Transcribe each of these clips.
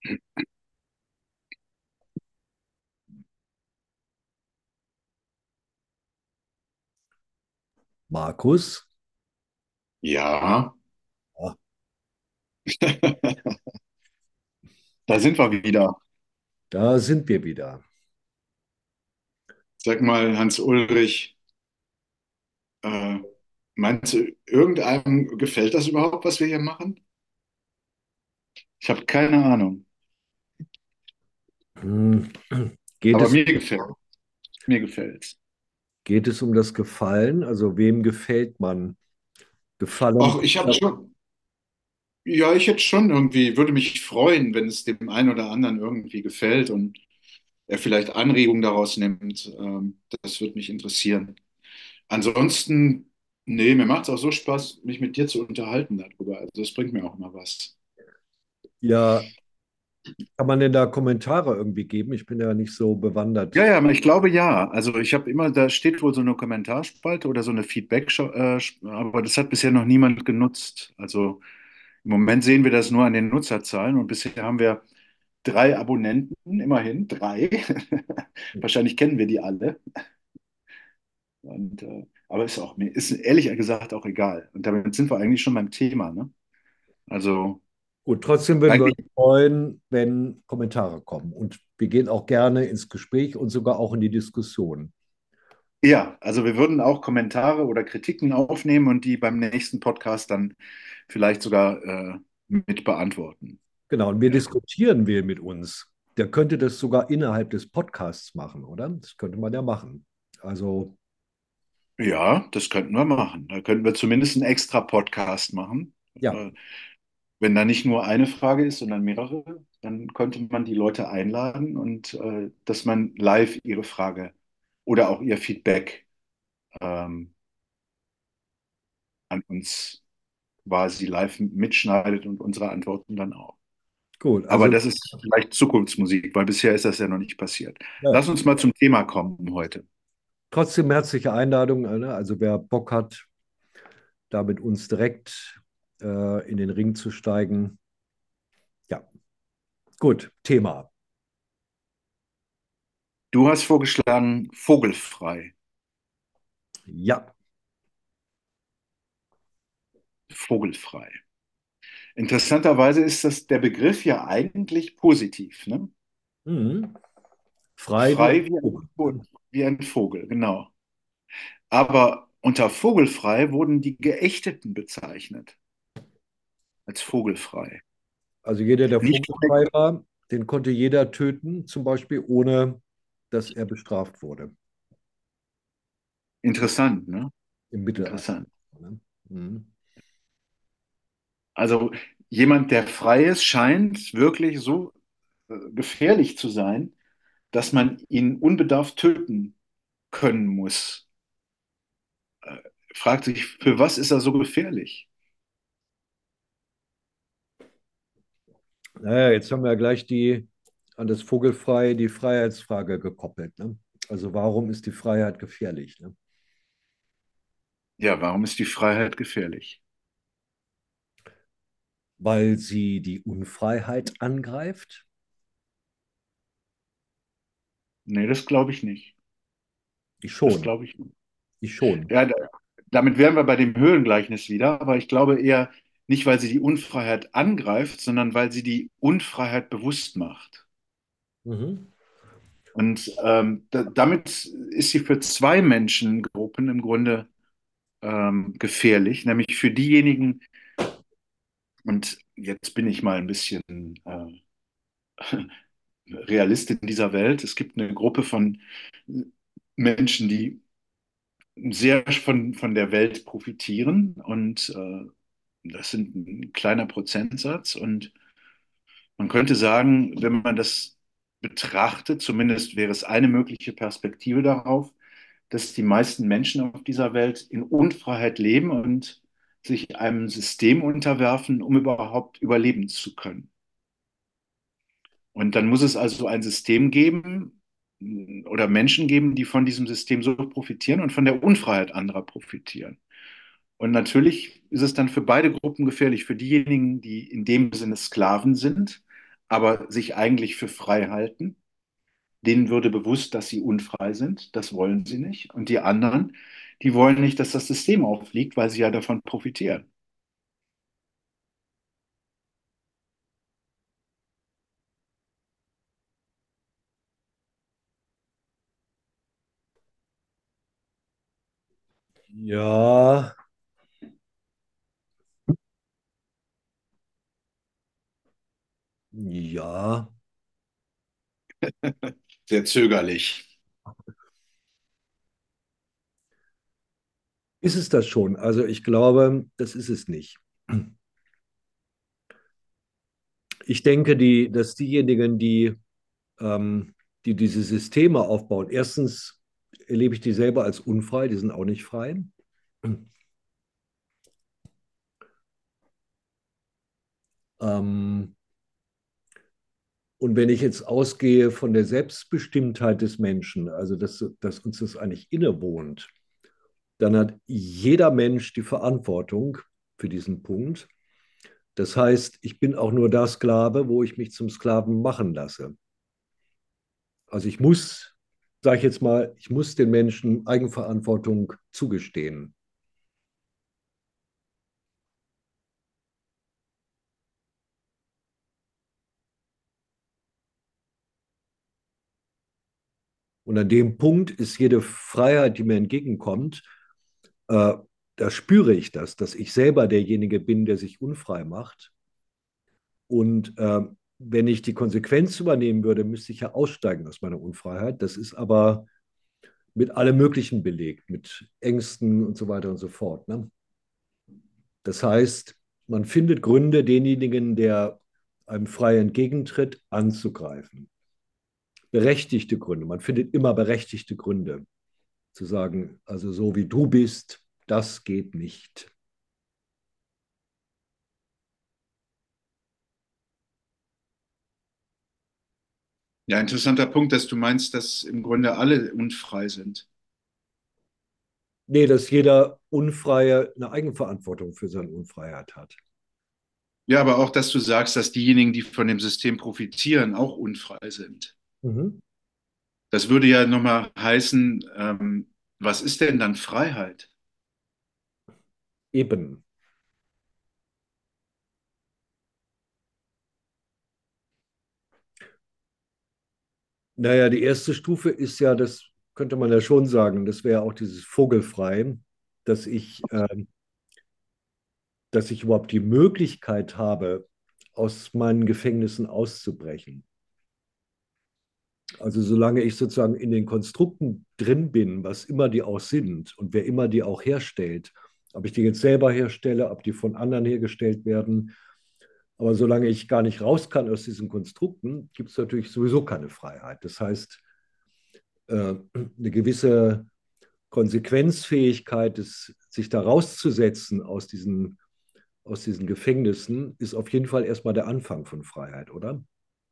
Markus, Ja, ja, da sind wir wieder. da sind wir wieder. Sag mal, Hans-Ulrich, äh, meinst du, irgendeinem gefällt das überhaupt, was wir hier machen? Ich habe keine Ahnung, Hm, Geht aber es, mir gefällt's. geht es um das Gefallen? Also wem gefällt man? Gefallen. Ach, ich hätte schon irgendwie, würde mich freuen, wenn es dem einen oder anderen irgendwie gefällt und er vielleicht Anregungen daraus nimmt. Das würde mich interessieren. Ansonsten, nee, mir macht es auch so Spaß, mich mit dir zu unterhalten darüber. Also das bringt mir auch immer was. Ja, kann man denn da Kommentare irgendwie geben? Ich bin ja nicht so bewandert. Ja, ja, ich glaube ja. Also ich habe immer, da steht wohl so eine Kommentarspalte oder so eine Feedback, aber das hat bisher noch niemand genutzt. Also im Moment sehen wir das nur an den Nutzerzahlen und bisher haben wir 3 Abonnenten, immerhin 3. Wahrscheinlich kennen wir die alle. Aber mir ist ehrlich gesagt auch egal. Und damit sind wir eigentlich schon beim Thema, ne? Also Gut, trotzdem würden wir eigentlich, uns freuen, wenn Kommentare kommen. Und wir gehen auch gerne ins Gespräch und sogar auch in die Diskussion. ja, also wir würden auch Kommentare oder Kritiken aufnehmen und die beim nächsten Podcast dann vielleicht sogar mit beantworten. Genau, und wir Ja. diskutieren wir mit uns. Der könnte das sogar innerhalb des Podcasts machen, oder? Das könnte man ja machen. Also, Ja, das könnten wir machen. Da könnten wir zumindest einen extra Podcast machen. ja, Äh, Wenn da nicht nur eine Frage ist, sondern mehrere, dann könnte man die Leute einladen und dass man live ihre Frage oder auch ihr Feedback ähm, an uns quasi live mitschneidet und unsere Antworten dann auch. gut. Aber Also, das ist vielleicht Zukunftsmusik, weil bisher ist das ja noch nicht passiert. ja, Lass uns mal zum Thema kommen heute. trotzdem herzliche Einladung. Ne? Also, wer Bock hat, da mit uns direkt in den Ring zu steigen. Ja, gut. Thema. Du hast vorgeschlagen, vogelfrei. Ja. Vogelfrei. Interessanterweise ist der Begriff ja eigentlich positiv, ne? Mhm. Frei wie ein Frei Vogel. Ne? wie ein Vogel, genau. Aber unter vogelfrei wurden die Geächteten bezeichnet, als vogelfrei. Also, jeder, der Nicht vogelfrei war, den konnte jeder töten, zum Beispiel, ohne dass er bestraft wurde. interessant, ne? Im Mittelalter. Interessant. Ne? Mhm. Also jemand, der frei ist, scheint wirklich so gefährlich zu sein, dass man ihn unbedarft töten können muss. Äh, Fragt sich, für was ist er so gefährlich? Naja, jetzt haben wir ja gleich an das Vogelfrei die Freiheitsfrage gekoppelt. Ne? Also, warum ist die Freiheit gefährlich? Ne? Ja, warum ist die Freiheit gefährlich? Weil sie die Unfreiheit angreift? Nee, das glaube ich nicht. Ich Das schon. glaube ich nicht. Ich schon. Ja, damit wären wir bei dem Höhlengleichnis wieder, aber ich glaube eher nicht, weil sie die Unfreiheit angreift, sondern weil sie die Unfreiheit bewusst macht. Mhm. Und damit ist sie für 2 Menschengruppen im Grunde gefährlich, nämlich für diejenigen, und jetzt bin ich mal ein bisschen Realist in dieser Welt. Es gibt eine Gruppe von Menschen, die sehr von der Welt profitieren und das sind ein kleiner Prozentsatz und man könnte sagen, wenn man das betrachtet, zumindest wäre es eine mögliche Perspektive darauf, dass die meisten Menschen auf dieser Welt in Unfreiheit leben und sich einem System unterwerfen, um überhaupt überleben zu können. Und dann muss es also ein System geben oder Menschen geben, die von diesem System so profitieren und von der Unfreiheit anderer profitieren. Und natürlich ist es dann für beide Gruppen gefährlich, für diejenigen, die in dem Sinne Sklaven sind, aber sich eigentlich für frei halten. Denen würde bewusst, dass sie unfrei sind. Das wollen sie nicht. Und die anderen, die wollen nicht, dass das System auffliegt, weil sie ja davon profitieren. Ja, ja, Sehr zögerlich. ist es das schon. Also ich glaube, das ist es nicht. Ich denke, dass diejenigen, die diese Systeme aufbauen, erstens erlebe ich die selber als unfrei, die sind auch nicht frei. Ähm, und wenn ich jetzt ausgehe von der Selbstbestimmtheit des Menschen, also dass uns das eigentlich innewohnt, dann hat jeder Mensch die Verantwortung für diesen Punkt. Das heißt, ich bin auch nur der Sklave, wo ich mich zum Sklaven machen lasse. Also ich muss, sage ich jetzt mal, ich muss den Menschen Eigenverantwortung zugestehen. Und an dem Punkt ist jede Freiheit, die mir entgegenkommt, äh, da spüre ich das, dass ich selber derjenige bin, der sich unfrei macht. Und wenn ich die Konsequenz übernehmen würde, müsste ich ja aussteigen aus meiner Unfreiheit. Das ist aber mit allem Möglichen belegt, mit Ängsten und so weiter und so fort. Ne? Das heißt, man findet Gründe, denjenigen, der einem frei entgegentritt, anzugreifen. Berechtigte Gründe. Man findet immer berechtigte Gründe, zu sagen, also so wie du bist, das geht nicht. Ja, interessanter Punkt, dass du meinst, dass im Grunde alle unfrei sind. Nee, dass jeder Unfreie eine Eigenverantwortung für seine Unfreiheit hat. Ja, aber auch, dass du sagst, dass diejenigen, die von dem System profitieren, auch unfrei sind. Mhm. Das würde ja nochmal heißen, was ist denn dann Freiheit? Eben. Naja, die erste Stufe ist ja, das könnte man ja schon sagen, das wäre auch dieses Vogelfrei, dass dass ich überhaupt die Möglichkeit habe, aus meinen Gefängnissen auszubrechen. Also solange ich sozusagen in den Konstrukten drin bin, was immer die auch sind und wer immer die auch herstellt, ob ich die jetzt selber herstelle, ob die von anderen hergestellt werden, aber solange ich gar nicht raus kann aus diesen Konstrukten, gibt es natürlich sowieso keine Freiheit. Das heißt, eine gewisse Konsequenzfähigkeit, sich da rauszusetzen aus diesen Gefängnissen, ist auf jeden Fall erstmal der Anfang von Freiheit, oder?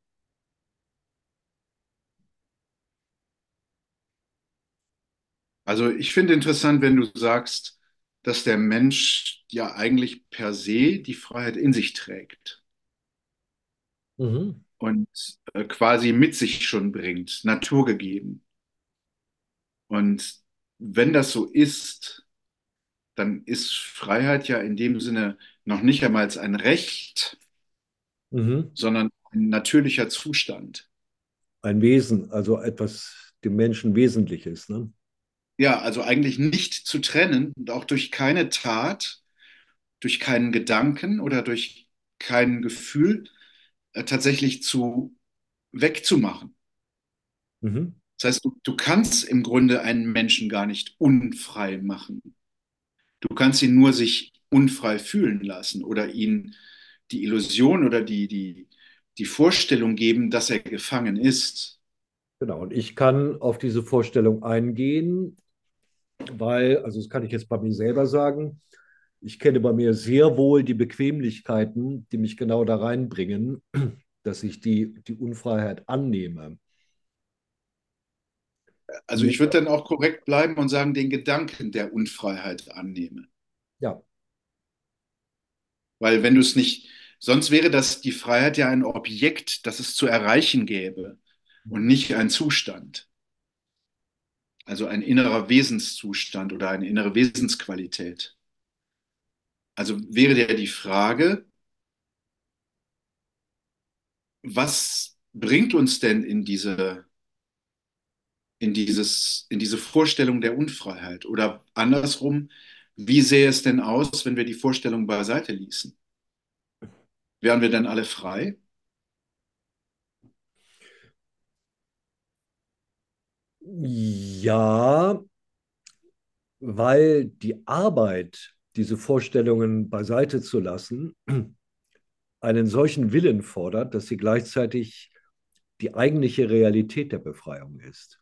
Also ich finde interessant, wenn du sagst, dass der Mensch ja eigentlich per se die Freiheit in sich trägt Mhm. und quasi mit sich schon bringt, naturgegeben. Und wenn das so ist, dann ist Freiheit ja in dem Sinne noch nicht einmal ein Recht, Mhm. sondern ein natürlicher Zustand. Ein Wesen, also etwas dem Menschen Wesentliches, ne? Ja, also eigentlich nicht zu trennen und auch durch keine Tat, durch keinen Gedanken oder durch kein Gefühl tatsächlich zu wegzumachen. Mhm. Das heißt, du kannst im Grunde einen Menschen gar nicht unfrei machen. Du kannst ihn nur sich unfrei fühlen lassen oder ihn die Illusion oder die Vorstellung geben, dass er gefangen ist. Genau. Und ich kann auf diese Vorstellung eingehen, weil, also das kann ich jetzt bei mir selber sagen, ich kenne bei mir sehr wohl die Bequemlichkeiten, die mich genau da reinbringen, dass ich die Unfreiheit annehme. Also ich würde dann auch korrekt bleiben und sagen, den Gedanken der Unfreiheit annehme. Ja, Weil wenn du es nicht, Sonst wäre das die Freiheit ja ein Objekt, das es zu erreichen gäbe und nicht ein Zustand, also ein innerer Wesenszustand oder eine innere Wesensqualität. Also wäre ja die Frage, was bringt uns denn in diese Vorstellung der Unfreiheit? Oder andersrum, wie sähe es denn aus, wenn wir die Vorstellung beiseite ließen? Wären wir dann alle frei? Ja, weil die Arbeit, diese Vorstellungen beiseite zu lassen, einen solchen Willen fordert, dass sie gleichzeitig die eigentliche Realität der Befreiung ist.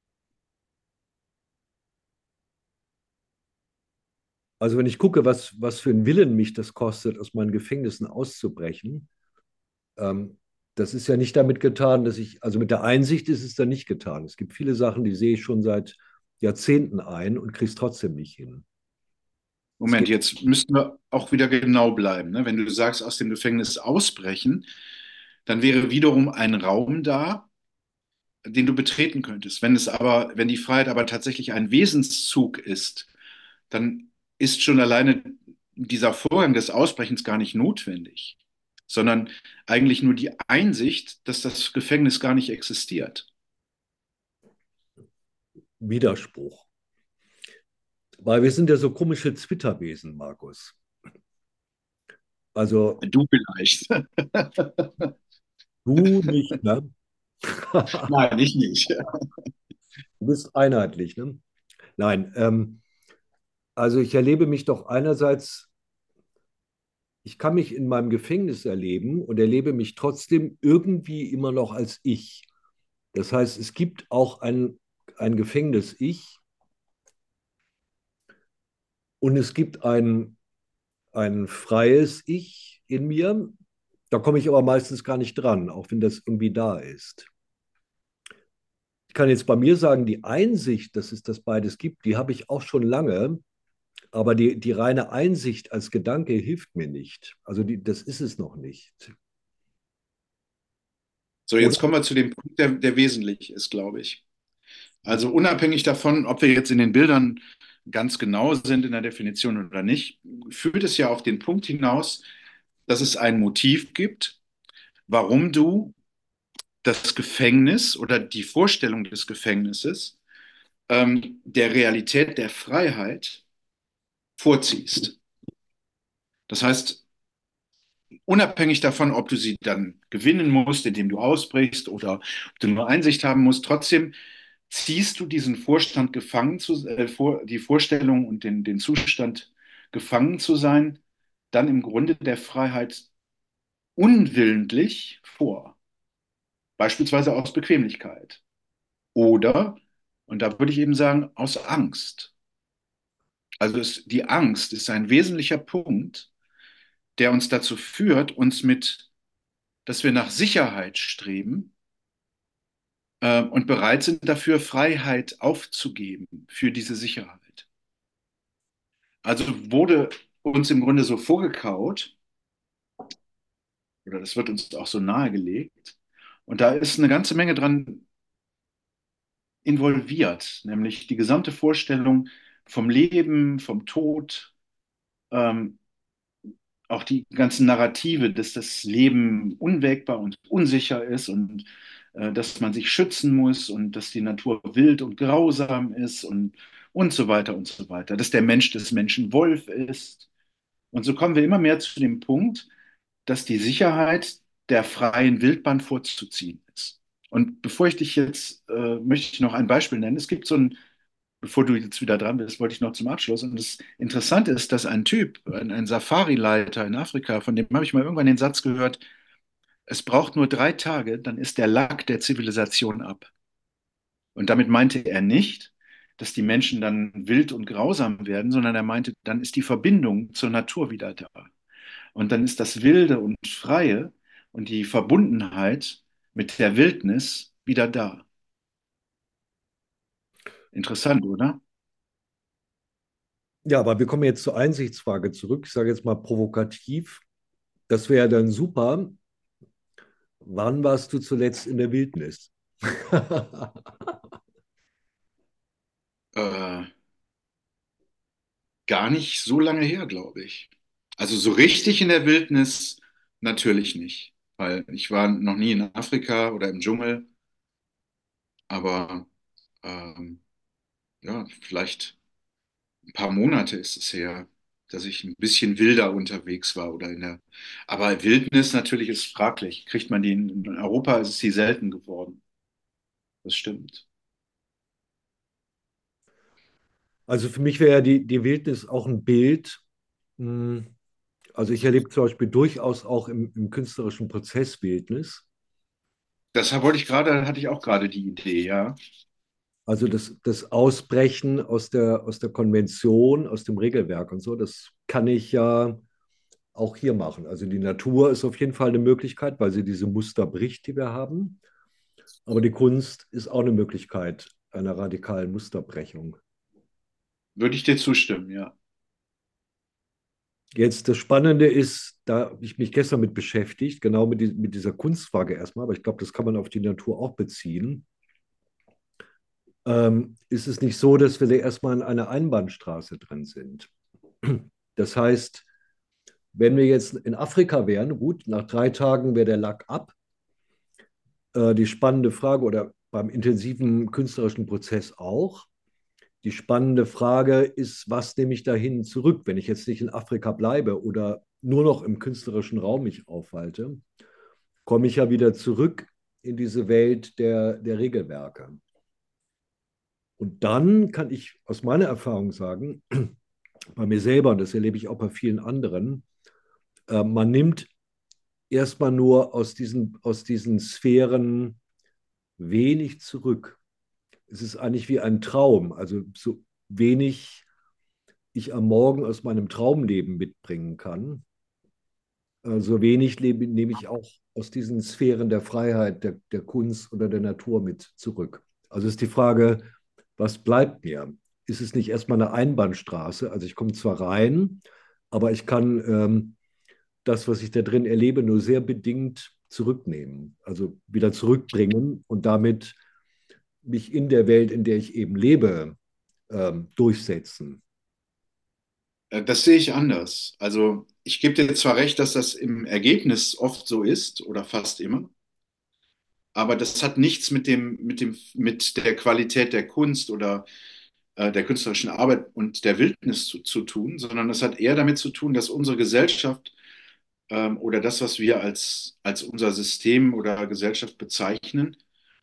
Also wenn ich gucke, was für einen Willen mich das kostet, aus meinen Gefängnissen auszubrechen, ähm, das ist ja nicht damit getan, dass ich, also mit der Einsicht ist es dann nicht getan. Es gibt viele Sachen, die sehe ich schon seit Jahrzehnten ein und kriege es trotzdem nicht hin. Es Moment, geht jetzt müssten wir auch wieder genau bleiben. Ne? Wenn du sagst, aus dem Gefängnis ausbrechen, dann wäre wiederum ein Raum da, den du betreten könntest. Wenn die Freiheit aber tatsächlich ein Wesenszug ist, dann ist schon alleine dieser Vorgang des Ausbrechens gar nicht notwendig, sondern eigentlich nur die Einsicht, dass das Gefängnis gar nicht existiert. Widerspruch. Weil wir sind ja so komische Zwitterwesen, Markus. Also Du vielleicht. du nicht, ne? Nein, ich nicht. Du bist einheitlich, ne? Nein, also ich erlebe mich doch einerseits, ich kann mich in meinem Gefängnis erleben und erlebe mich trotzdem irgendwie immer noch als ich. Das heißt, es gibt auch ein Gefängnis-Ich und es gibt ein freies Ich in mir. Da komme ich aber meistens gar nicht dran, auch wenn das irgendwie da ist. Ich kann jetzt bei mir sagen, die Einsicht, dass es das beides gibt, die habe ich auch schon lange, aber die reine Einsicht als Gedanke hilft mir nicht. Also das ist es noch nicht. So, Oder jetzt kommen wir zu dem Punkt, der wesentlich ist, glaube ich. Also unabhängig davon, ob wir jetzt in den Bildern ganz genau sind in der Definition oder nicht, führt es ja auf den Punkt hinaus, dass es ein Motiv gibt, warum du das Gefängnis oder die Vorstellung des Gefängnisses der Realität der Freiheit vorziehst. Das heißt, unabhängig davon, ob du sie dann gewinnen musst, indem du ausbrichst oder ob du nur Einsicht haben musst, trotzdem ziehst du diesen Vorstand die Vorstellung und den Zustand gefangen zu sein, dann im Grunde der Freiheit unwillentlich vor, beispielsweise aus Bequemlichkeit oder, und da würde ich eben sagen, aus Angst. Die Angst ist ein wesentlicher Punkt, der uns dazu führt, dass wir nach Sicherheit streben und bereit sind dafür, Freiheit aufzugeben für diese Sicherheit. Also wurde uns im Grunde so vorgekaut, oder das wird uns auch so nahegelegt, und da ist eine ganze Menge dran involviert, nämlich die gesamte Vorstellung vom Leben, vom Tod, ähm, auch die ganzen Narrative, dass das Leben unwägbar und unsicher ist und dass man sich schützen muss und dass die Natur wild und grausam ist und so weiter und so weiter, dass der Mensch des Menschen Wolf ist. Und so kommen wir immer mehr zu dem Punkt, dass die Sicherheit der freien Wildbahn vorzuziehen ist. Und bevor ich dich jetzt, möchte ich noch ein Beispiel nennen. Es gibt so ein Bevor du jetzt wieder dran bist, wollte ich noch zum Abschluss. Und das Interessante ist, dass ein Typ, ein Safari-Leiter in Afrika, von dem habe ich mal irgendwann den Satz gehört, es braucht nur 3 Tage, dann ist der Lack der Zivilisation ab. Und damit meinte er nicht, dass die Menschen dann wild und grausam werden, sondern er meinte, dann ist die Verbindung zur Natur wieder da. Und dann ist das Wilde und Freie und die Verbundenheit mit der Wildnis wieder da. Interessant, oder? ja, aber wir kommen jetzt zur Einsichtsfrage zurück. Ich sage jetzt mal provokativ. das wäre dann super. Wann warst du zuletzt in der Wildnis? Äh, Gar nicht so lange her, glaube ich. Also so richtig in der Wildnis natürlich nicht, weil ich war noch nie in Afrika oder im Dschungel, aber ähm, ja, vielleicht ein paar Monate ist es her, dass ich ein bisschen wilder unterwegs war oder in der. Aber Wildnis natürlich ist fraglich. Kriegt man die in Europa, ist sie selten geworden. Das stimmt. Also für mich wäre ja die Wildnis auch ein Bild. Hm, Also ich erlebe zum Beispiel durchaus auch im künstlerischen Prozess Wildnis. Deshalb wollte ich gerade, hatte ich auch gerade die Idee, ja. Also das Ausbrechen aus der Konvention, aus dem Regelwerk und so, das kann ich ja auch hier machen. Also die Natur ist auf jeden Fall eine Möglichkeit, weil sie diese Muster bricht, die wir haben. Aber die Kunst ist auch eine Möglichkeit einer radikalen Musterbrechung. Würde ich dir zustimmen, ja. Jetzt das Spannende ist, da habe ich mich gestern mit beschäftigt, genau mit dieser Kunstfrage erstmal, aber ich glaube, das kann man auf die Natur auch beziehen. Ist es nicht so, dass wir da erstmal in einer Einbahnstraße drin sind? Das heißt, wenn wir jetzt in Afrika wären, gut, nach 3 Tagen wäre der Lack ab. Die spannende Frage oder beim intensiven künstlerischen Prozess auch. Die spannende Frage ist, was nehme ich dahin zurück, wenn ich jetzt nicht in Afrika bleibe oder nur noch im künstlerischen Raum mich aufhalte, komme ich ja wieder zurück in diese Welt der Regelwerke. Und dann kann ich aus meiner Erfahrung sagen, bei mir selber, und das erlebe ich auch bei vielen anderen, man nimmt erstmal nur aus diesen Sphären wenig zurück. Es ist eigentlich wie ein Traum, also so wenig ich am Morgen aus meinem Traumleben mitbringen kann, so wenig nehme ich auch aus diesen Sphären der Freiheit, der Kunst oder der Natur mit zurück. Also ist die Frage, was bleibt mir? Ist es nicht erstmal eine Einbahnstraße? Also ich komme zwar rein, aber ich kann das, was ich da drin erlebe, nur sehr bedingt zurücknehmen, also wieder zurückbringen und damit mich in der Welt, in der ich eben lebe, durchsetzen. Das sehe ich anders. Also ich gebe dir zwar recht, dass das im Ergebnis oft so ist oder fast immer, aber das hat nichts mit der Qualität der Kunst oder der künstlerischen Arbeit und der Wildnis zu tun, sondern das hat eher damit zu tun, dass unsere Gesellschaft oder das, was wir als unser System oder Gesellschaft bezeichnen,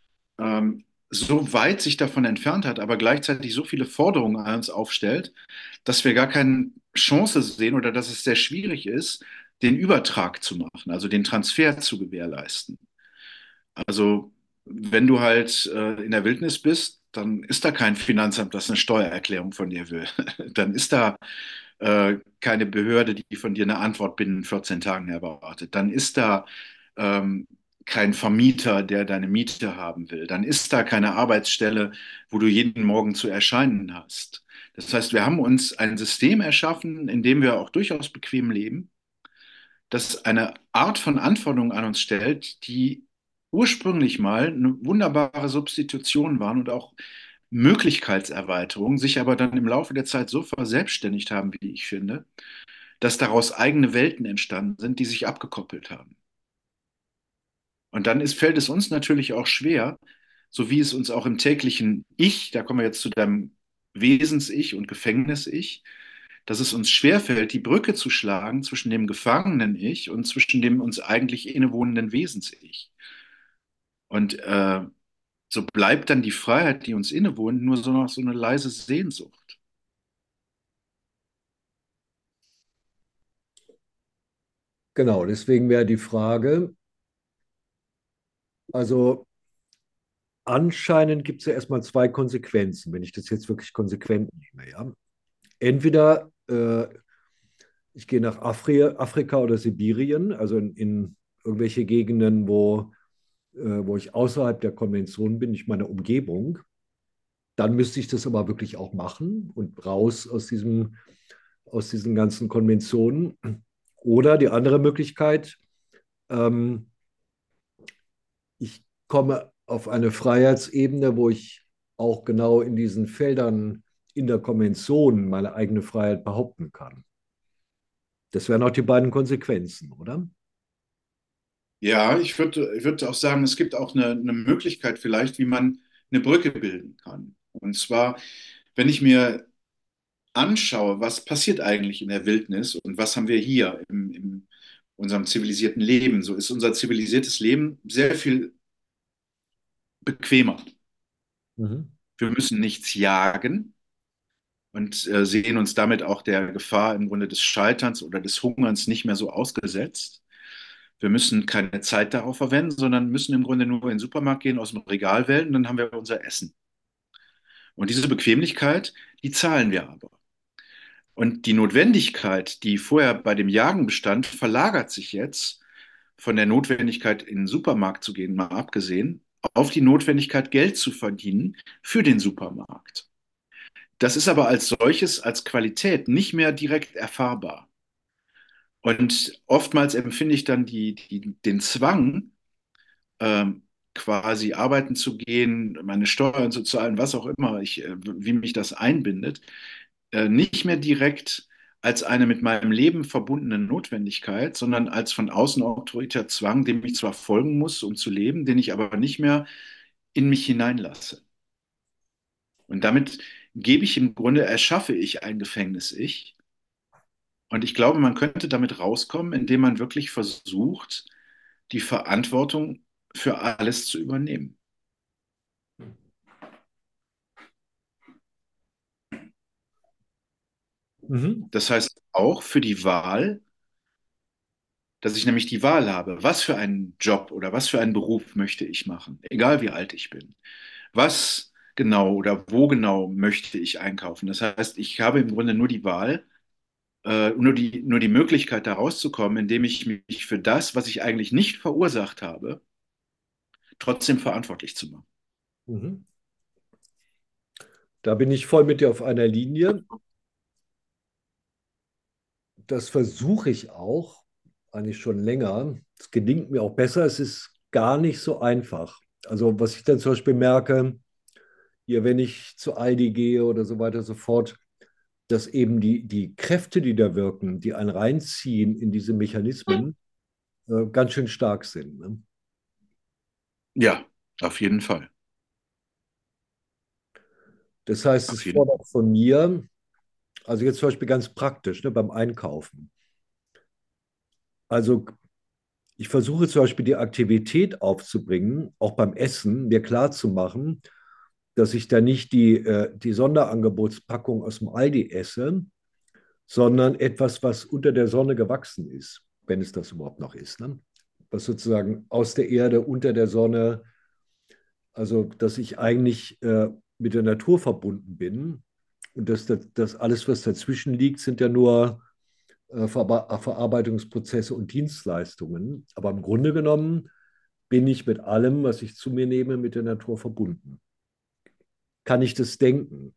so weit sich davon entfernt hat, aber gleichzeitig so viele Forderungen an uns aufstellt, dass wir gar keine Chance sehen oder dass es sehr schwierig ist, den Übertrag zu machen, also den Transfer zu gewährleisten. Also wenn du halt in der Wildnis bist, dann ist da kein Finanzamt, das eine Steuererklärung von dir will. Dann ist da keine Behörde, die von dir eine Antwort binnen 14 Tagen erwartet. Dann ist da ähm, kein Vermieter, der deine Miete haben will. Dann ist da keine Arbeitsstelle, wo du jeden Morgen zu erscheinen hast. Das heißt, wir haben uns ein System erschaffen, in dem wir auch durchaus bequem leben, das eine Art von Anforderungen an uns stellt, die ursprünglich mal eine wunderbare Substitution waren und auch Möglichkeitserweiterungen, sich aber dann im Laufe der Zeit so verselbstständigt haben, wie ich finde, dass daraus eigene Welten entstanden sind, die sich abgekoppelt haben. Und dann fällt es uns natürlich auch schwer, so wie es uns auch im täglichen Ich, da kommen wir jetzt zu deinem Wesens-Ich und Gefängnis-Ich, dass es uns schwerfällt, die Brücke zu schlagen zwischen dem gefangenen Ich und zwischen dem uns eigentlich innewohnenden Wesens-Ich. Und so bleibt dann die Freiheit, die uns innewohnt, nur so noch so eine leise Sehnsucht. Genau, deswegen wäre die Frage, also anscheinend gibt es ja erstmal zwei Konsequenzen, wenn ich das jetzt wirklich konsequent nehme. Ja? Entweder ich gehe nach Afrika oder Sibirien, also in irgendwelche Gegenden, wo ich außerhalb der Konvention bin, nicht meiner Umgebung. Dann müsste ich das aber wirklich auch machen und raus aus diesen ganzen Konventionen. Oder die andere Möglichkeit, ähm, ich komme auf eine Freiheitsebene, wo ich auch genau in diesen Feldern in der Konvention meine eigene Freiheit behaupten kann. Das wären auch die beiden Konsequenzen, oder? Ja, ich würde auch sagen, es gibt auch eine Möglichkeit vielleicht, wie man eine Brücke bilden kann. Und zwar, wenn ich mir anschaue, was passiert eigentlich in der Wildnis und was haben wir hier in unserem zivilisierten Leben, so ist unser zivilisiertes Leben sehr viel bequemer. Mhm. Wir müssen nichts jagen und sehen uns damit auch der Gefahr im Grunde des Scheiterns oder des Hungerns nicht mehr so ausgesetzt. Wir müssen keine Zeit darauf verwenden, sondern müssen im Grunde nur in den Supermarkt gehen, aus dem Regal wählen und dann haben wir unser Essen. Und diese Bequemlichkeit, die zahlen wir aber. Und die Notwendigkeit, die vorher bei dem Jagen bestand, verlagert sich jetzt von der Notwendigkeit, in den Supermarkt zu gehen, mal abgesehen, auf die Notwendigkeit, Geld zu verdienen für den Supermarkt. Das ist aber als solches, als Qualität nicht mehr direkt erfahrbar. Und oftmals empfinde ich dann den Zwang, quasi arbeiten zu gehen, meine Steuern zu zahlen, was auch immer, wie mich das einbindet, nicht mehr direkt als eine mit meinem Leben verbundene Notwendigkeit, sondern als von außen autoritär Zwang, dem ich zwar folgen muss, um zu leben, den ich aber nicht mehr in mich hineinlasse. Und damit erschaffe ich ein Gefängnis-Ich. Und ich glaube, man könnte damit rauskommen, indem man wirklich versucht, die Verantwortung für alles zu übernehmen. Mhm. Das heißt auch für die Wahl, dass ich nämlich die Wahl habe, was für einen Job oder was für einen Beruf möchte ich machen, egal wie alt ich bin. Was genau oder wo genau möchte ich einkaufen? Das heißt, ich habe im Grunde nur die Wahl, nur die Möglichkeit, da rauszukommen, indem ich mich für das, was ich eigentlich nicht verursacht habe, trotzdem verantwortlich zu machen. Mhm. Da bin ich voll mit dir auf einer Linie. Das versuche ich auch, eigentlich schon länger. Es gelingt mir auch besser. Es ist gar nicht so einfach. Also, was ich dann zum Beispiel merke, hier, wenn ich zu Aldi gehe oder so weiter und so fort, dass eben die Kräfte, die da wirken, die einen reinziehen in diese Mechanismen, ganz schön stark sind. Ne? Ja, auf jeden Fall. Das heißt, es Auf jeden fordert von mir, also jetzt zum Beispiel ganz praktisch, ne, beim Einkaufen. Also ich versuche zum Beispiel die Aktivität aufzubringen, auch beim Essen, mir klarzumachen, dass ich da nicht die Sonderangebotspackung aus dem Aldi esse, sondern etwas, was unter der Sonne gewachsen ist, wenn es das überhaupt noch ist. Ne? Was sozusagen aus der Erde, unter der Sonne, also dass ich eigentlich mit der Natur verbunden bin und dass alles, was dazwischen liegt, sind ja nur Verarbeitungsprozesse und Dienstleistungen. Aber im Grunde genommen bin ich mit allem, was ich zu mir nehme, mit der Natur verbunden. Kann ich das denken?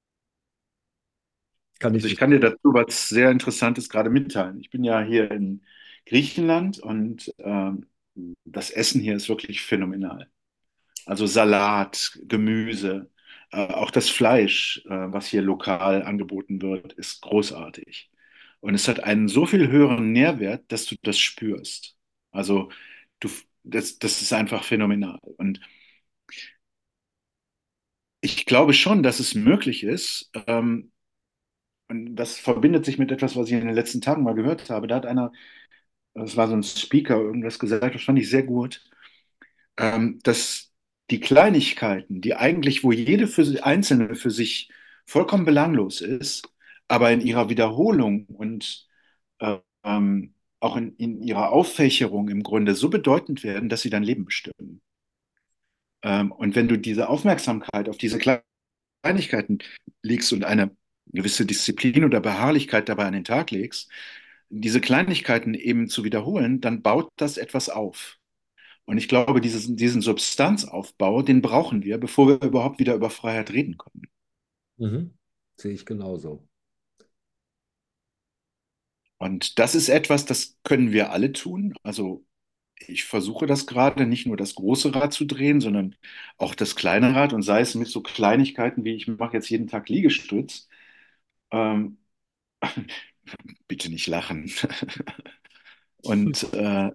Kann ich Also ich das? kann dir dazu was sehr Interessantes gerade mitteilen. Ich bin ja hier in Griechenland und das Essen hier ist wirklich phänomenal. Also Salat, Gemüse, auch das Fleisch, was hier lokal angeboten wird, ist großartig. Und es hat einen so viel höheren Nährwert, dass du das spürst. Also du, das ist einfach phänomenal. Und ich glaube schon, dass es möglich ist, und das verbindet sich mit etwas, was ich in den letzten Tagen mal gehört habe. Da hat einer, das war so ein Speaker, irgendwas gesagt, das fand ich sehr gut, dass die Kleinigkeiten, die eigentlich, wo jede einzelne für sich vollkommen belanglos ist, aber in ihrer Wiederholung und auch in ihrer Auffächerung im Grunde so bedeutend werden, dass sie dein Leben bestimmen. Und wenn du diese Aufmerksamkeit auf diese Kleinigkeiten legst und eine gewisse Disziplin oder Beharrlichkeit dabei an den Tag legst, diese Kleinigkeiten eben zu wiederholen, dann baut das etwas auf. Und ich glaube, diesen Substanzaufbau, den brauchen wir, bevor wir überhaupt wieder über Freiheit reden können. Mhm. Sehe ich genauso. Und das ist etwas, das können wir alle tun. Also ich versuche das gerade, nicht nur das große Rad zu drehen, sondern auch das kleine Rad und sei es mit so Kleinigkeiten wie ich mache jetzt jeden Tag Liegestütz. Ähm, bitte nicht lachen. Und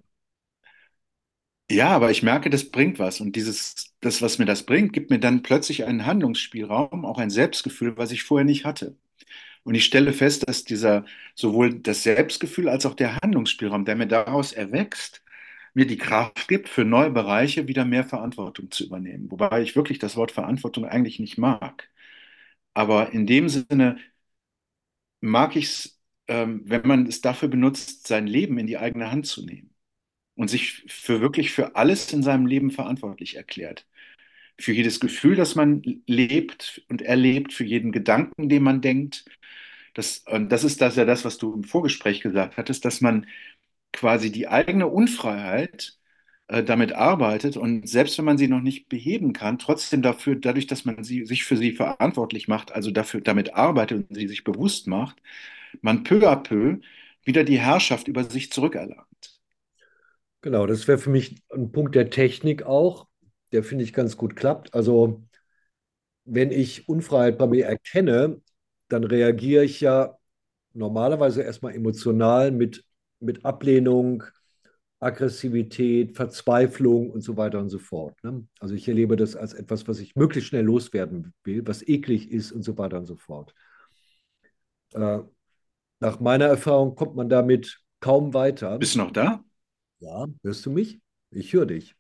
ja, aber ich merke, das bringt was. Und das, was mir das bringt, gibt mir dann plötzlich einen Handlungsspielraum, auch ein Selbstgefühl, was ich vorher nicht hatte. Und ich stelle fest, dass sowohl das Selbstgefühl als auch der Handlungsspielraum, der mir daraus erwächst, mir die Kraft gibt, für neue Bereiche wieder mehr Verantwortung zu übernehmen. Wobei ich wirklich das Wort Verantwortung eigentlich nicht mag. Aber in dem Sinne mag ich es, wenn man es dafür benutzt, sein Leben in die eigene Hand zu nehmen und sich wirklich für alles in seinem Leben verantwortlich erklärt. Für jedes Gefühl, das man lebt und erlebt, für jeden Gedanken, den man denkt. Und das ist das ja das, was du im Vorgespräch gesagt hattest, dass man quasi die eigene Unfreiheit damit arbeitet und selbst wenn man sie noch nicht beheben kann, trotzdem dadurch, dass man sich für sie verantwortlich macht, also damit arbeitet und sie sich bewusst macht, man peu à peu wieder die Herrschaft über sich zurückerlangt. Genau, das wäre für mich ein Punkt der Technik auch, der finde ich ganz gut klappt. Also wenn ich Unfreiheit bei mir erkenne, dann reagiere ich ja normalerweise erstmal emotional mit Ablehnung, Aggressivität, Verzweiflung und so weiter und so fort. Ne? Also ich erlebe das als etwas, was ich möglichst schnell loswerden will, was eklig ist und so weiter und so fort. Äh, Nach meiner Erfahrung kommt man damit kaum weiter. Bist du noch da? Ja, hörst du mich? Ich höre dich.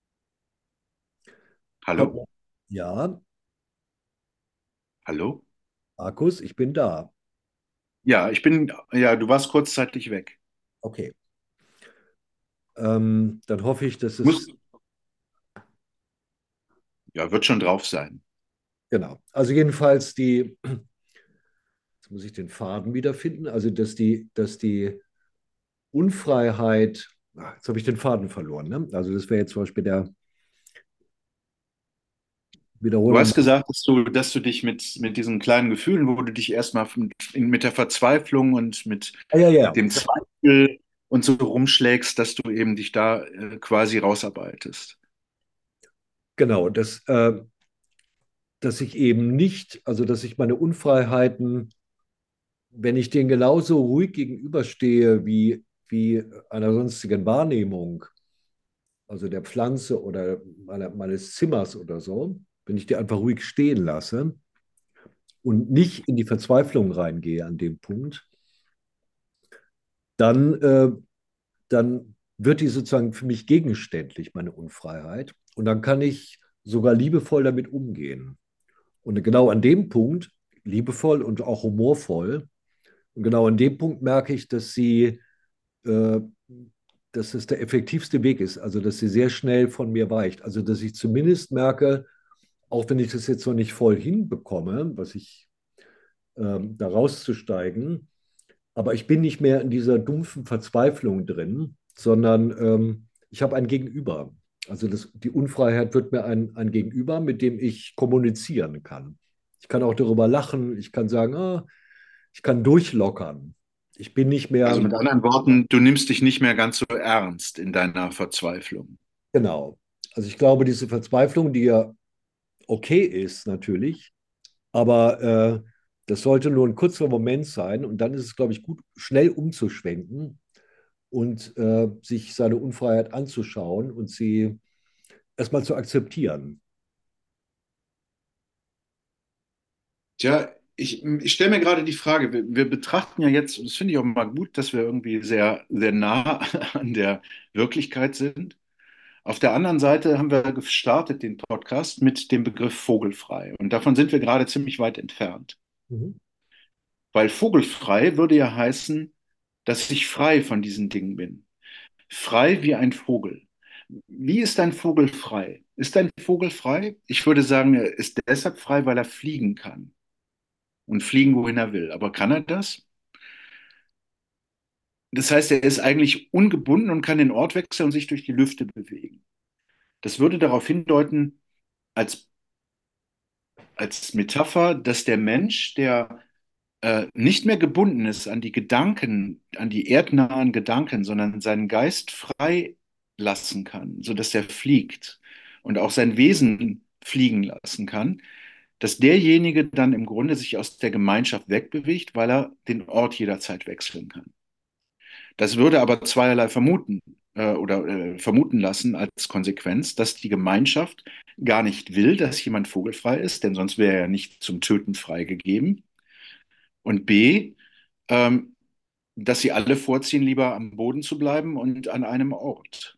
Kommt Hallo? man, ja, Hallo? Markus, ich bin da. Ja, du warst kurzzeitig weg. Okay. Dann hoffe ich, dass Muss, es, ja, wird schon drauf sein. genau. Also jedenfalls jetzt muss ich den Faden wiederfinden, also dass die Unfreiheit, jetzt habe ich den Faden verloren, ne? Also das wäre jetzt zum Beispiel der Du Wiederholung. hast gesagt, dass du dich mit diesen kleinen Gefühlen, wo du dich erstmal mit der Verzweiflung und mit Ah, ja, ja, dem Zweifel und so rumschlägst, dass du eben dich da quasi rausarbeitest. genau, dass ich eben nicht, also dass ich meine Unfreiheiten, wenn ich denen genauso ruhig gegenüberstehe wie einer sonstigen Wahrnehmung, also der Pflanze oder meines Zimmers oder so, wenn ich die einfach ruhig stehen lasse und nicht in die Verzweiflung reingehe an dem Punkt, dann, dann wird die sozusagen für mich gegenständlich, meine Unfreiheit. Und dann kann ich sogar liebevoll damit umgehen. Und genau an dem Punkt, liebevoll und auch humorvoll, und genau an dem Punkt merke ich, äh, dass es der effektivste Weg ist, also dass sie sehr schnell von mir weicht. Also dass ich zumindest merke, auch wenn ich das jetzt noch nicht voll hinbekomme, da rauszusteigen, aber ich bin nicht mehr in dieser dumpfen Verzweiflung drin, sondern ich habe ein Gegenüber. Also die Unfreiheit wird mir ein Gegenüber, mit dem ich kommunizieren kann. Ich kann auch darüber lachen, ich kann sagen, ich kann durchlockern. Ich bin nicht Also mehr, mit anderen Worten, du nimmst dich nicht mehr ganz so ernst in deiner Verzweiflung. genau. Also ich glaube, diese Verzweiflung, die ja okay ist natürlich, aber das sollte nur ein kurzer Moment sein und dann ist es, glaube ich, gut, schnell umzuschwenken und sich seine Unfreiheit anzuschauen und sie erstmal zu akzeptieren. Tja, ich stelle mir gerade die Frage, wir betrachten ja jetzt, und das finde ich auch mal gut, dass wir irgendwie sehr, sehr nah an der Wirklichkeit sind. Auf der anderen Seite haben wir gestartet den Podcast mit dem Begriff vogelfrei. Und davon sind wir gerade ziemlich weit entfernt. Mhm. Weil vogelfrei würde ja heißen, dass ich frei von diesen Dingen bin. Frei wie ein Vogel. Wie ist ein Vogel frei? Ist ein Vogel frei? Ich würde sagen, er ist deshalb frei, weil er fliegen kann und fliegen, wohin er will. Aber kann er das? Das heißt, er ist eigentlich ungebunden und kann den Ort wechseln und sich durch die Lüfte bewegen. Das würde darauf hindeuten, als, als Metapher, dass der Mensch, der nicht mehr gebunden ist an die Gedanken, an die erdnahen Gedanken, sondern seinen Geist frei lassen kann, sodass er fliegt und auch sein Wesen fliegen lassen kann, dass derjenige dann im Grunde sich aus der Gemeinschaft wegbewegt, weil er den Ort jederzeit wechseln kann. Das würde aber zweierlei vermuten lassen als Konsequenz, dass die Gemeinschaft gar nicht will, dass jemand vogelfrei ist, denn sonst wäre er ja nicht zum Töten freigegeben. Und B, ähm, dass sie alle vorziehen, lieber am Boden zu bleiben und an einem Ort.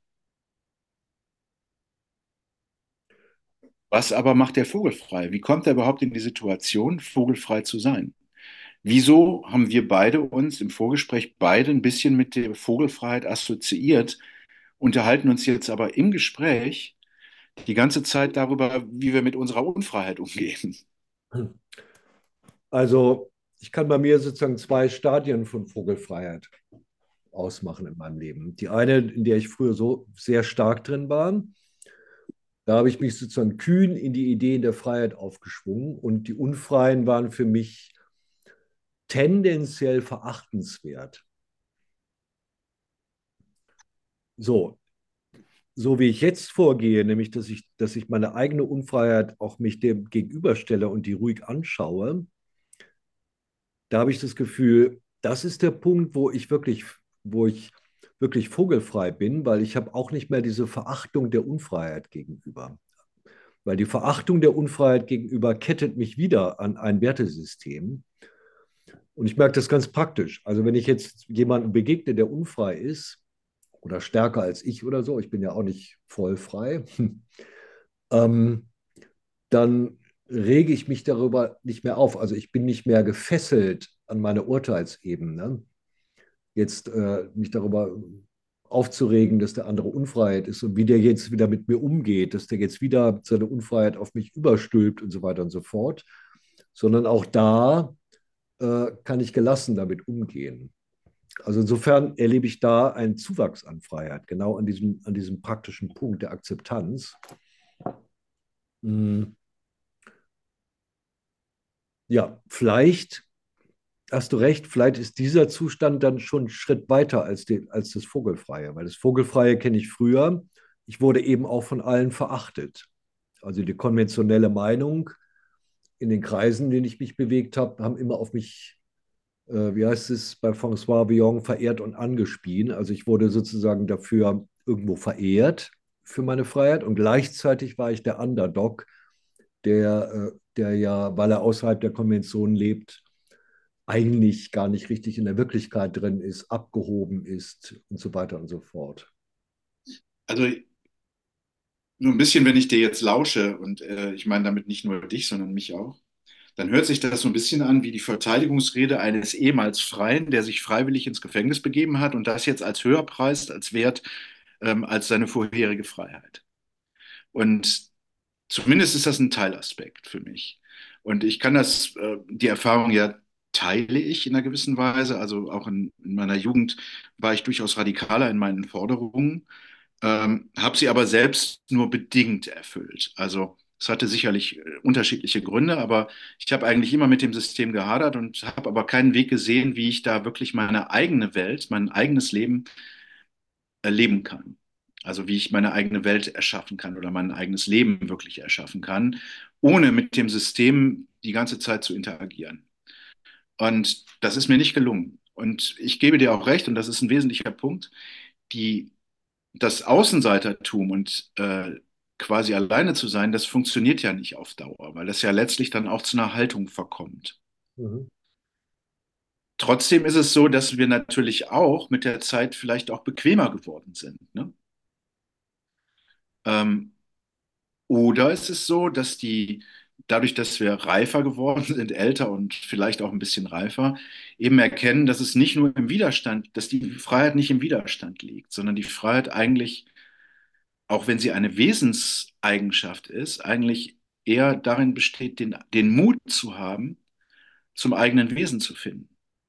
Was aber macht der vogelfrei? Wie kommt er überhaupt in die Situation, vogelfrei zu sein? Wieso haben wir beide uns im Vorgespräch beide ein bisschen mit der Vogelfreiheit assoziiert, unterhalten uns jetzt aber im Gespräch die ganze Zeit darüber, wie wir mit unserer Unfreiheit umgehen? Also ich kann bei mir sozusagen zwei Stadien von Vogelfreiheit ausmachen in meinem Leben. Die eine, in der ich früher so sehr stark drin war, da habe ich mich sozusagen kühn in die Ideen der Freiheit aufgeschwungen und die Unfreien waren für mich tendenziell verachtenswert. So, so wie ich jetzt vorgehe, nämlich dass ich meine eigene Unfreiheit auch mich dem gegenüberstelle und die ruhig anschaue, da habe ich das Gefühl, das ist der Punkt, wo ich wirklich vogelfrei bin, weil ich habe auch nicht mehr diese Verachtung der Unfreiheit gegenüber. Weil die Verachtung der Unfreiheit gegenüber kettet mich wieder an ein Wertesystem. Und ich merke das ganz praktisch. Also wenn ich jetzt jemandem begegne, der unfrei ist oder stärker als ich oder so, ich bin ja auch nicht voll frei, ähm, dann rege ich mich darüber nicht mehr auf. Also ich bin nicht mehr gefesselt an meine Urteilsebene. Jetzt mich darüber aufzuregen, dass der andere Unfreiheit ist und wie der jetzt wieder mit mir umgeht, dass der jetzt wieder seine Unfreiheit auf mich überstülpt und so weiter und so fort, sondern auch da kann ich gelassen damit umgehen. Also insofern erlebe ich da einen Zuwachs an Freiheit, genau an diesem praktischen Punkt der Akzeptanz. Hm, ja, vielleicht hast du recht, vielleicht ist dieser Zustand dann schon einen Schritt weiter als das Vogelfreie, weil das Vogelfreie kenne ich früher. Ich wurde eben auch von allen verachtet. Also die konventionelle Meinung in den Kreisen, in denen ich mich bewegt habe, haben immer auf mich, wie heißt es bei François Villon, verehrt und angespien. Also ich wurde sozusagen dafür irgendwo verehrt für meine Freiheit und gleichzeitig war ich der Underdog, der ja, weil er außerhalb der Konvention lebt, eigentlich gar nicht richtig in der Wirklichkeit drin ist, abgehoben ist und so weiter und so fort. Also nur ein bisschen, wenn ich dir jetzt lausche, und ich meine damit nicht nur dich, sondern mich auch, dann hört sich das so ein bisschen an wie die Verteidigungsrede eines ehemals Freien, der sich freiwillig ins Gefängnis begeben hat und das jetzt als höher preist, als wert, als seine vorherige Freiheit. Und zumindest ist das ein Teilaspekt für mich. Und ich kann die Erfahrung ja teile ich in einer gewissen Weise. Also auch in meiner Jugend war ich durchaus radikaler in meinen Forderungen, habe sie aber selbst nur bedingt erfüllt. Also es hatte sicherlich unterschiedliche Gründe, aber ich habe eigentlich immer mit dem System gehadert und habe aber keinen Weg gesehen, wie ich da wirklich meine eigene Welt, mein eigenes Leben erleben kann. Also wie ich meine eigene Welt erschaffen kann oder mein eigenes Leben wirklich erschaffen kann, ohne mit dem System die ganze Zeit zu interagieren. Und das ist mir nicht gelungen. Und ich gebe dir auch recht, und das ist ein wesentlicher Punkt, die, das Außenseitertum und quasi alleine zu sein, das funktioniert ja nicht auf Dauer, weil das ja letztlich dann auch zu einer Haltung verkommt. Mhm. Trotzdem ist es so, dass wir natürlich auch mit der Zeit vielleicht auch bequemer geworden sind. Ne? Ähm, Oder ist es so, dass dadurch, dass wir reifer geworden sind, älter und vielleicht auch ein bisschen reifer, eben erkennen, dass es nicht nur im Widerstand, dass die Freiheit nicht im Widerstand liegt, sondern die Freiheit eigentlich, auch wenn sie eine Wesenseigenschaft ist, eigentlich eher darin besteht, den Mut zu haben, zum eigenen Wesen zu finden.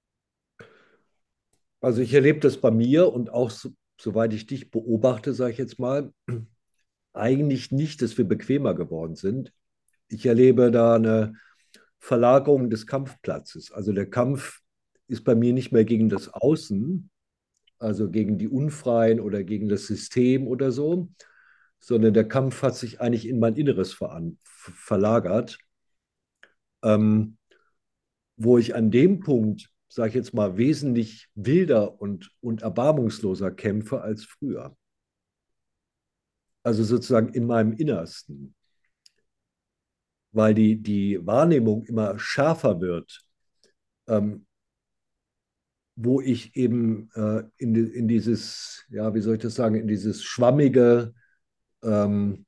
Also ich erlebe das bei mir und auch, soweit ich dich beobachte, sage ich jetzt mal, eigentlich nicht, dass wir bequemer geworden sind. Ich erlebe da eine Verlagerung des Kampfplatzes. Also der Kampf ist bei mir nicht mehr gegen das Außen, also gegen die Unfreien oder gegen das System oder so, sondern der Kampf hat sich eigentlich in mein Inneres verlagert, ähm, wo ich an dem Punkt, sage ich jetzt mal, wesentlich wilder und erbarmungsloser kämpfe als früher. Also sozusagen in meinem Innersten, weil die Wahrnehmung immer schärfer wird, ähm, wo ich eben in dieses, ja, wie soll ich das sagen, in dieses ähm,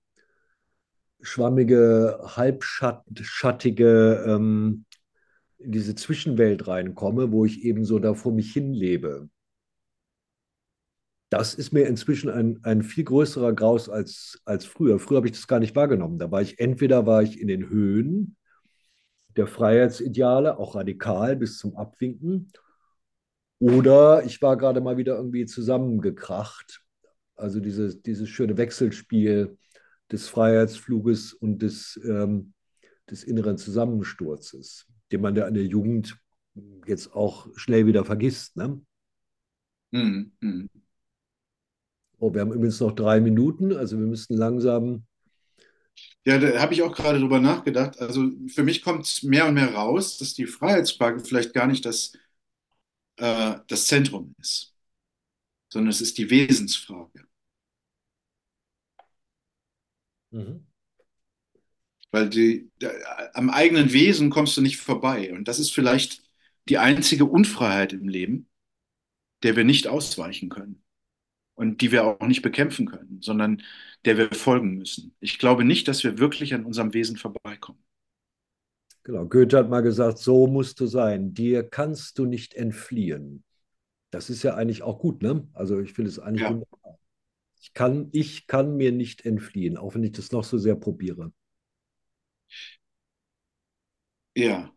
halbschattige, in diese Zwischenwelt reinkomme, wo ich eben so da vor mich hin lebe. Das ist mir inzwischen ein viel größerer Graus als früher. Früher habe ich das gar nicht wahrgenommen. Da war ich, entweder war ich in den Höhen der Freiheitsideale, auch radikal bis zum Abwinken, oder ich war gerade mal wieder irgendwie zusammengekracht. Also dieses schöne Wechselspiel des Freiheitsfluges und des inneren Zusammensturzes, den man ja in der Jugend jetzt auch schnell wieder vergisst. Ne? Mhm. Mhm. Oh, wir haben übrigens noch 3 Minuten, also wir müssen langsam. Ja, da habe ich auch gerade drüber nachgedacht. Also für mich kommt mehr und mehr raus, dass die Freiheitsfrage vielleicht gar nicht das Zentrum ist, sondern es ist die Wesensfrage. Mhm. Weil am eigenen Wesen kommst du nicht vorbei. Und das ist vielleicht die einzige Unfreiheit im Leben, der wir nicht ausweichen können und die wir auch nicht bekämpfen können, sondern der wir folgen müssen. Ich glaube nicht, dass wir wirklich an unserem Wesen vorbeikommen. Genau, Goethe hat mal gesagt, so musst du sein, dir kannst du nicht entfliehen. Das ist ja eigentlich auch gut, ne? Also ich finde es eigentlich Ja, wunderbar. Ich kann mir nicht entfliehen, auch wenn ich das noch so sehr probiere. ja,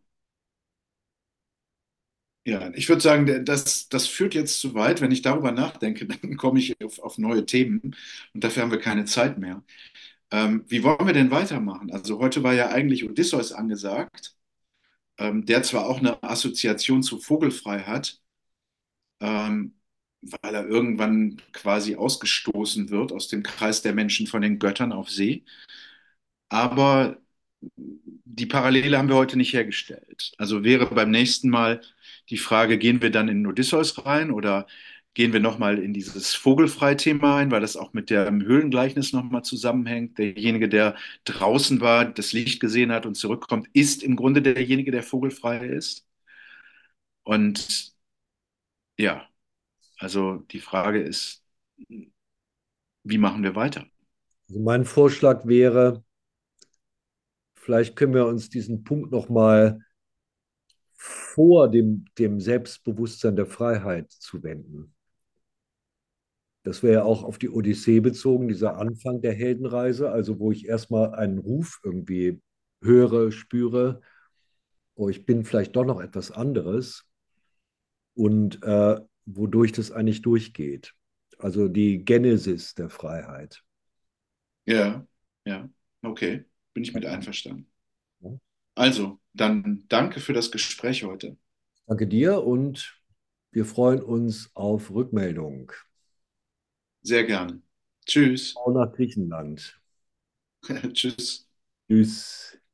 ja. Ich würde sagen, das führt jetzt zu weit. Wenn ich darüber nachdenke, dann komme ich auf neue Themen und dafür haben wir keine Zeit mehr. Wie wollen wir denn weitermachen? Also heute war ja eigentlich Odysseus angesagt, der zwar auch eine Assoziation zu Vogelfrei hat, ähm, weil er irgendwann quasi ausgestoßen wird aus dem Kreis der Menschen von den Göttern auf See. Aber die Parallele haben wir heute nicht hergestellt. Also wäre beim nächsten Mal die Frage, gehen wir dann in Odysseus rein oder gehen wir nochmal in dieses Vogelfrei-Thema ein, weil das auch mit dem Höhlengleichnis nochmal zusammenhängt. Derjenige, der draußen war, das Licht gesehen hat und zurückkommt, ist im Grunde derjenige, der vogelfrei ist. Und ja, also die Frage ist, wie machen wir weiter? Also mein Vorschlag wäre, vielleicht können wir uns diesen Punkt nochmal vor dem Selbstbewusstsein der Freiheit zuwenden. Das wäre ja auch auf die Odyssee bezogen, dieser Anfang der Heldenreise, also wo ich erstmal einen Ruf irgendwie höre, spüre, oh, ich bin vielleicht doch noch etwas anderes und wodurch das eigentlich durchgeht. Also die Genesis der Freiheit. Ja, ja, okay, bin ich mit einverstanden. Also, dann danke für das Gespräch heute. Danke dir und wir freuen uns auf Rückmeldung. Sehr gerne. Tschüss. Auch nach Griechenland. Tschüss. Tschüss.